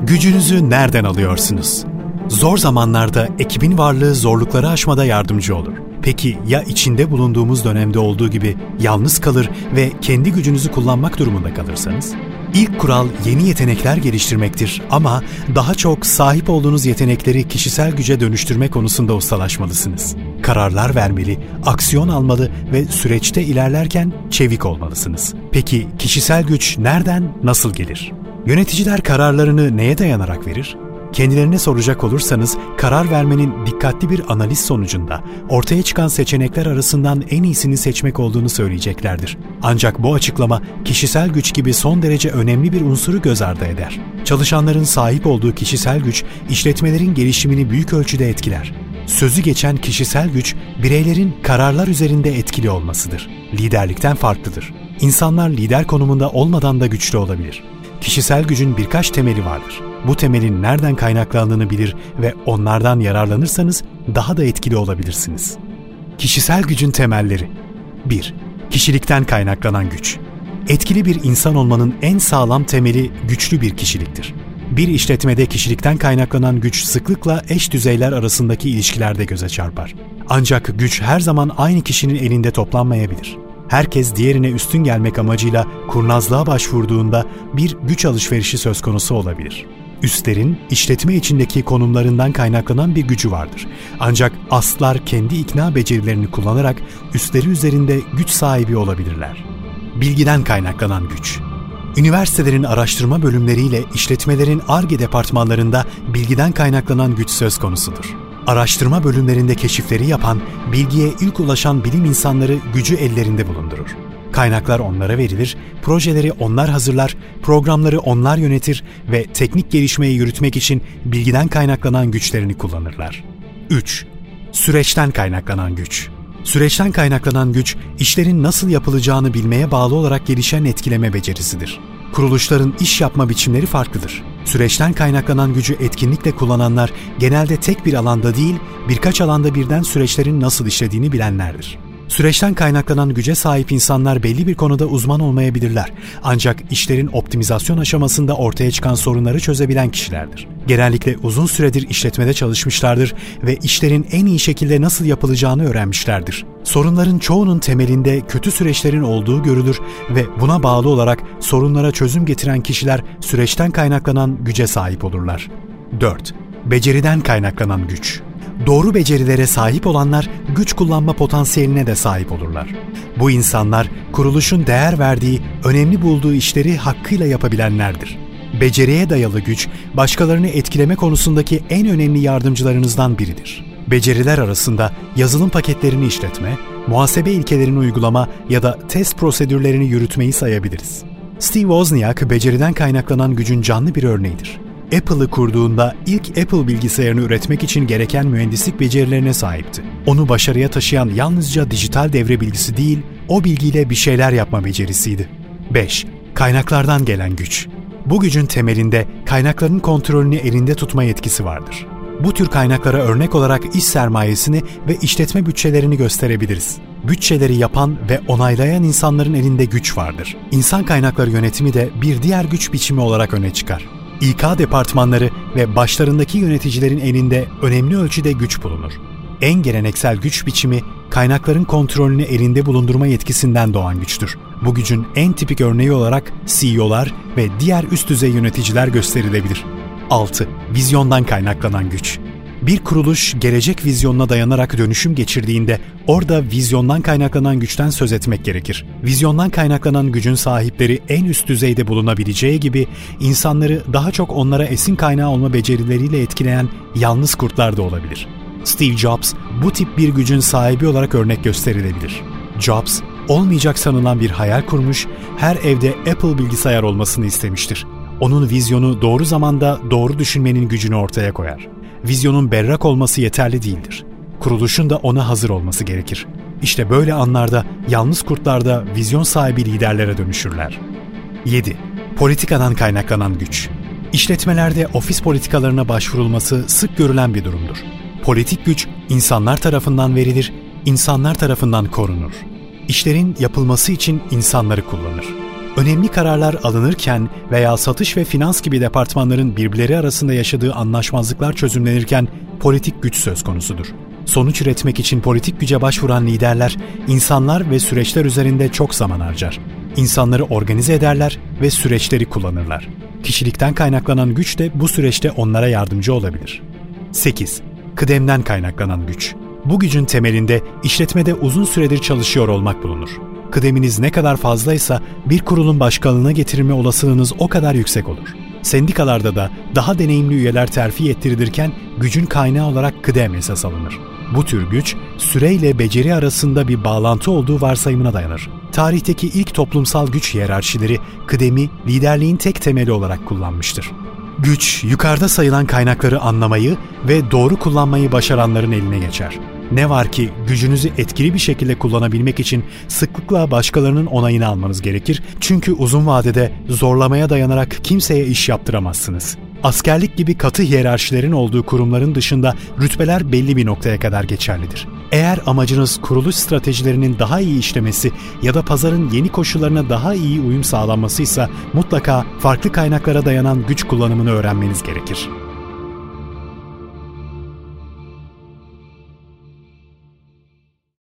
Gücünüzü nereden alıyorsunuz? Zor zamanlarda ekibin varlığı zorlukları aşmada yardımcı olur. Peki ya içinde bulunduğumuz dönemde olduğu gibi yalnız kalır ve kendi gücünüzü kullanmak durumunda kalırsanız? İlk kural yeni yetenekler geliştirmektir ama daha çok sahip olduğunuz yetenekleri kişisel güce dönüştürme konusunda ustalaşmalısınız. Kararlar vermeli, aksiyon almalı ve süreçte ilerlerken çevik olmalısınız. Peki kişisel güç nereden, nasıl gelir? Yöneticiler kararlarını neye dayanarak verir? Kendilerine soracak olursanız, karar vermenin dikkatli bir analiz sonucunda ortaya çıkan seçenekler arasından en iyisini seçmek olduğunu söyleyeceklerdir. Ancak bu açıklama kişisel güç gibi son derece önemli bir unsuru göz ardı eder. Çalışanların sahip olduğu kişisel güç, işletmelerin gelişimini büyük ölçüde etkiler. Sözü geçen kişisel güç, bireylerin kararlar üzerinde etkili olmasıdır. Liderlikten farklıdır. İnsanlar lider konumunda olmadan da güçlü olabilir. Kişisel gücün birkaç temeli vardır. Bu temelin nereden kaynaklandığını bilir ve onlardan yararlanırsanız daha da etkili olabilirsiniz. Kişisel gücün temelleri. 1. Kişilikten kaynaklanan güç. Etkili bir insan olmanın en sağlam temeli güçlü bir kişiliktir. Bir işletmede kişilikten kaynaklanan güç sıklıkla eş düzeyler arasındaki ilişkilerde göze çarpar. Ancak güç her zaman aynı kişinin elinde toplanmayabilir. Herkes diğerine üstün gelmek amacıyla kurnazlığa başvurduğunda bir güç alışverişi söz konusu olabilir. Üstlerin işletme içindeki konumlarından kaynaklanan bir gücü vardır. Ancak astlar kendi ikna becerilerini kullanarak üstleri üzerinde güç sahibi olabilirler. Bilgiden kaynaklanan güç. Üniversitelerin araştırma bölümleriyle işletmelerin Ar-Ge departmanlarında bilgiden kaynaklanan güç söz konusudur. Araştırma bölümlerinde keşifleri yapan, bilgiye ilk ulaşan bilim insanları gücü ellerinde bulundurur. Kaynaklar onlara verilir, projeleri onlar hazırlar, programları onlar yönetir ve teknik gelişmeyi yürütmek için bilgiden kaynaklanan güçlerini kullanırlar. 3. Süreçten kaynaklanan güç. Süreçten kaynaklanan güç, işlerin nasıl yapılacağını bilmeye bağlı olarak gelişen etkileme becerisidir. Kuruluşların iş yapma biçimleri farklıdır. Süreçten kaynaklanan gücü etkinlikle kullananlar genelde tek bir alanda değil, birkaç alanda birden süreçlerin nasıl işlediğini bilenlerdir. Süreçten kaynaklanan güce sahip insanlar belli bir konuda uzman olmayabilirler. Ancak işlerin optimizasyon aşamasında ortaya çıkan sorunları çözebilen kişilerdir. Genellikle uzun süredir işletmede çalışmışlardır ve işlerin en iyi şekilde nasıl yapılacağını öğrenmişlerdir. Sorunların çoğunun temelinde kötü süreçlerin olduğu görülür ve buna bağlı olarak sorunlara çözüm getiren kişiler süreçten kaynaklanan güce sahip olurlar. 4. Beceriden kaynaklanan güç. Doğru becerilere sahip olanlar güç kullanma potansiyeline de sahip olurlar. Bu insanlar kuruluşun değer verdiği, önemli bulduğu işleri hakkıyla yapabilenlerdir. Beceriye dayalı güç, başkalarını etkileme konusundaki en önemli yardımcılarınızdan biridir. Beceriler arasında yazılım paketlerini işletme, muhasebe ilkelerini uygulama ya da test prosedürlerini yürütmeyi sayabiliriz. Steve Wozniak, beceriden kaynaklanan gücün canlı bir örneğidir. Apple'ı kurduğunda ilk Apple bilgisayarını üretmek için gereken mühendislik becerilerine sahipti. Onu başarıya taşıyan yalnızca dijital devre bilgisi değil, o bilgiyle bir şeyler yapma becerisiydi. 5. Kaynaklardan gelen güç. Bu gücün temelinde kaynakların kontrolünü elinde tutma yetkisi vardır. Bu tür kaynaklara örnek olarak iş sermayesini ve işletme bütçelerini gösterebiliriz. Bütçeleri yapan ve onaylayan insanların elinde güç vardır. İnsan kaynakları yönetimi de bir diğer güç biçimi olarak öne çıkar. İK departmanları ve başlarındaki yöneticilerin elinde önemli ölçüde güç bulunur. En geleneksel güç biçimi, kaynakların kontrolünü elinde bulundurma yetkisinden doğan güçtür. Bu gücün en tipik örneği olarak CEO'lar ve diğer üst düzey yöneticiler gösterilebilir. 6. Vizyondan kaynaklanan güç. Bir kuruluş gelecek vizyonuna dayanarak dönüşüm geçirdiğinde orada vizyondan kaynaklanan güçten söz etmek gerekir. Vizyondan kaynaklanan gücün sahipleri en üst düzeyde bulunabileceği gibi insanları daha çok onlara esin kaynağı olma becerileriyle etkileyen yalnız kurtlar da olabilir. Steve Jobs bu tip bir gücün sahibi olarak örnek gösterilebilir. Jobs, olmayacak sanılan bir hayal kurmuş, her evde Apple bilgisayar olmasını istemiştir. Onun vizyonu doğru zamanda doğru düşünmenin gücünü ortaya koyar. Vizyonun berrak olması yeterli değildir. Kuruluşun da ona hazır olması gerekir. İşte böyle anlarda yalnız kurtlar da vizyon sahibi liderlere dönüşürler. 7. Politikadan kaynaklanan güç. İşletmelerde ofis politikalarına başvurulması sık görülen bir durumdur. Politik güç insanlar tarafından verilir, insanlar tarafından korunur. İşlerin yapılması için insanları kullanır. Önemli kararlar alınırken veya satış ve finans gibi departmanların birbirleri arasında yaşadığı anlaşmazlıklar çözümlenirken politik güç söz konusudur. Sonuç üretmek için politik güce başvuran liderler, insanlar ve süreçler üzerinde çok zaman harcar. İnsanları organize ederler ve süreçleri kullanırlar. Kişilikten kaynaklanan güç de bu süreçte onlara yardımcı olabilir. 8. Kıdemden kaynaklanan güç. Bu gücün temelinde işletmede uzun süredir çalışıyor olmak bulunur. Kıdeminiz ne kadar fazlaysa bir kurulun başkanlığına getirilme olasılığınız o kadar yüksek olur. Sendikalarda da daha deneyimli üyeler terfi ettirilirken gücün kaynağı olarak kıdem esas alınır. Bu tür güç, süreyle beceri arasında bir bağlantı olduğu varsayımına dayanır. Tarihteki ilk toplumsal güç hiyerarşileri kıdemi liderliğin tek temeli olarak kullanmıştır. Güç, yukarıda sayılan kaynakları anlamayı ve doğru kullanmayı başaranların eline geçer. Ne var ki gücünüzü etkili bir şekilde kullanabilmek için sıklıkla başkalarının onayını almanız gerekir. Çünkü uzun vadede zorlamaya dayanarak kimseye iş yaptıramazsınız. Askerlik gibi katı hiyerarşilerin olduğu kurumların dışında rütbeler belli bir noktaya kadar geçerlidir. Eğer amacınız kuruluş stratejilerinin daha iyi işlemesi ya da pazarın yeni koşullarına daha iyi uyum sağlanmasıysa mutlaka farklı kaynaklara dayanan güç kullanımını öğrenmeniz gerekir.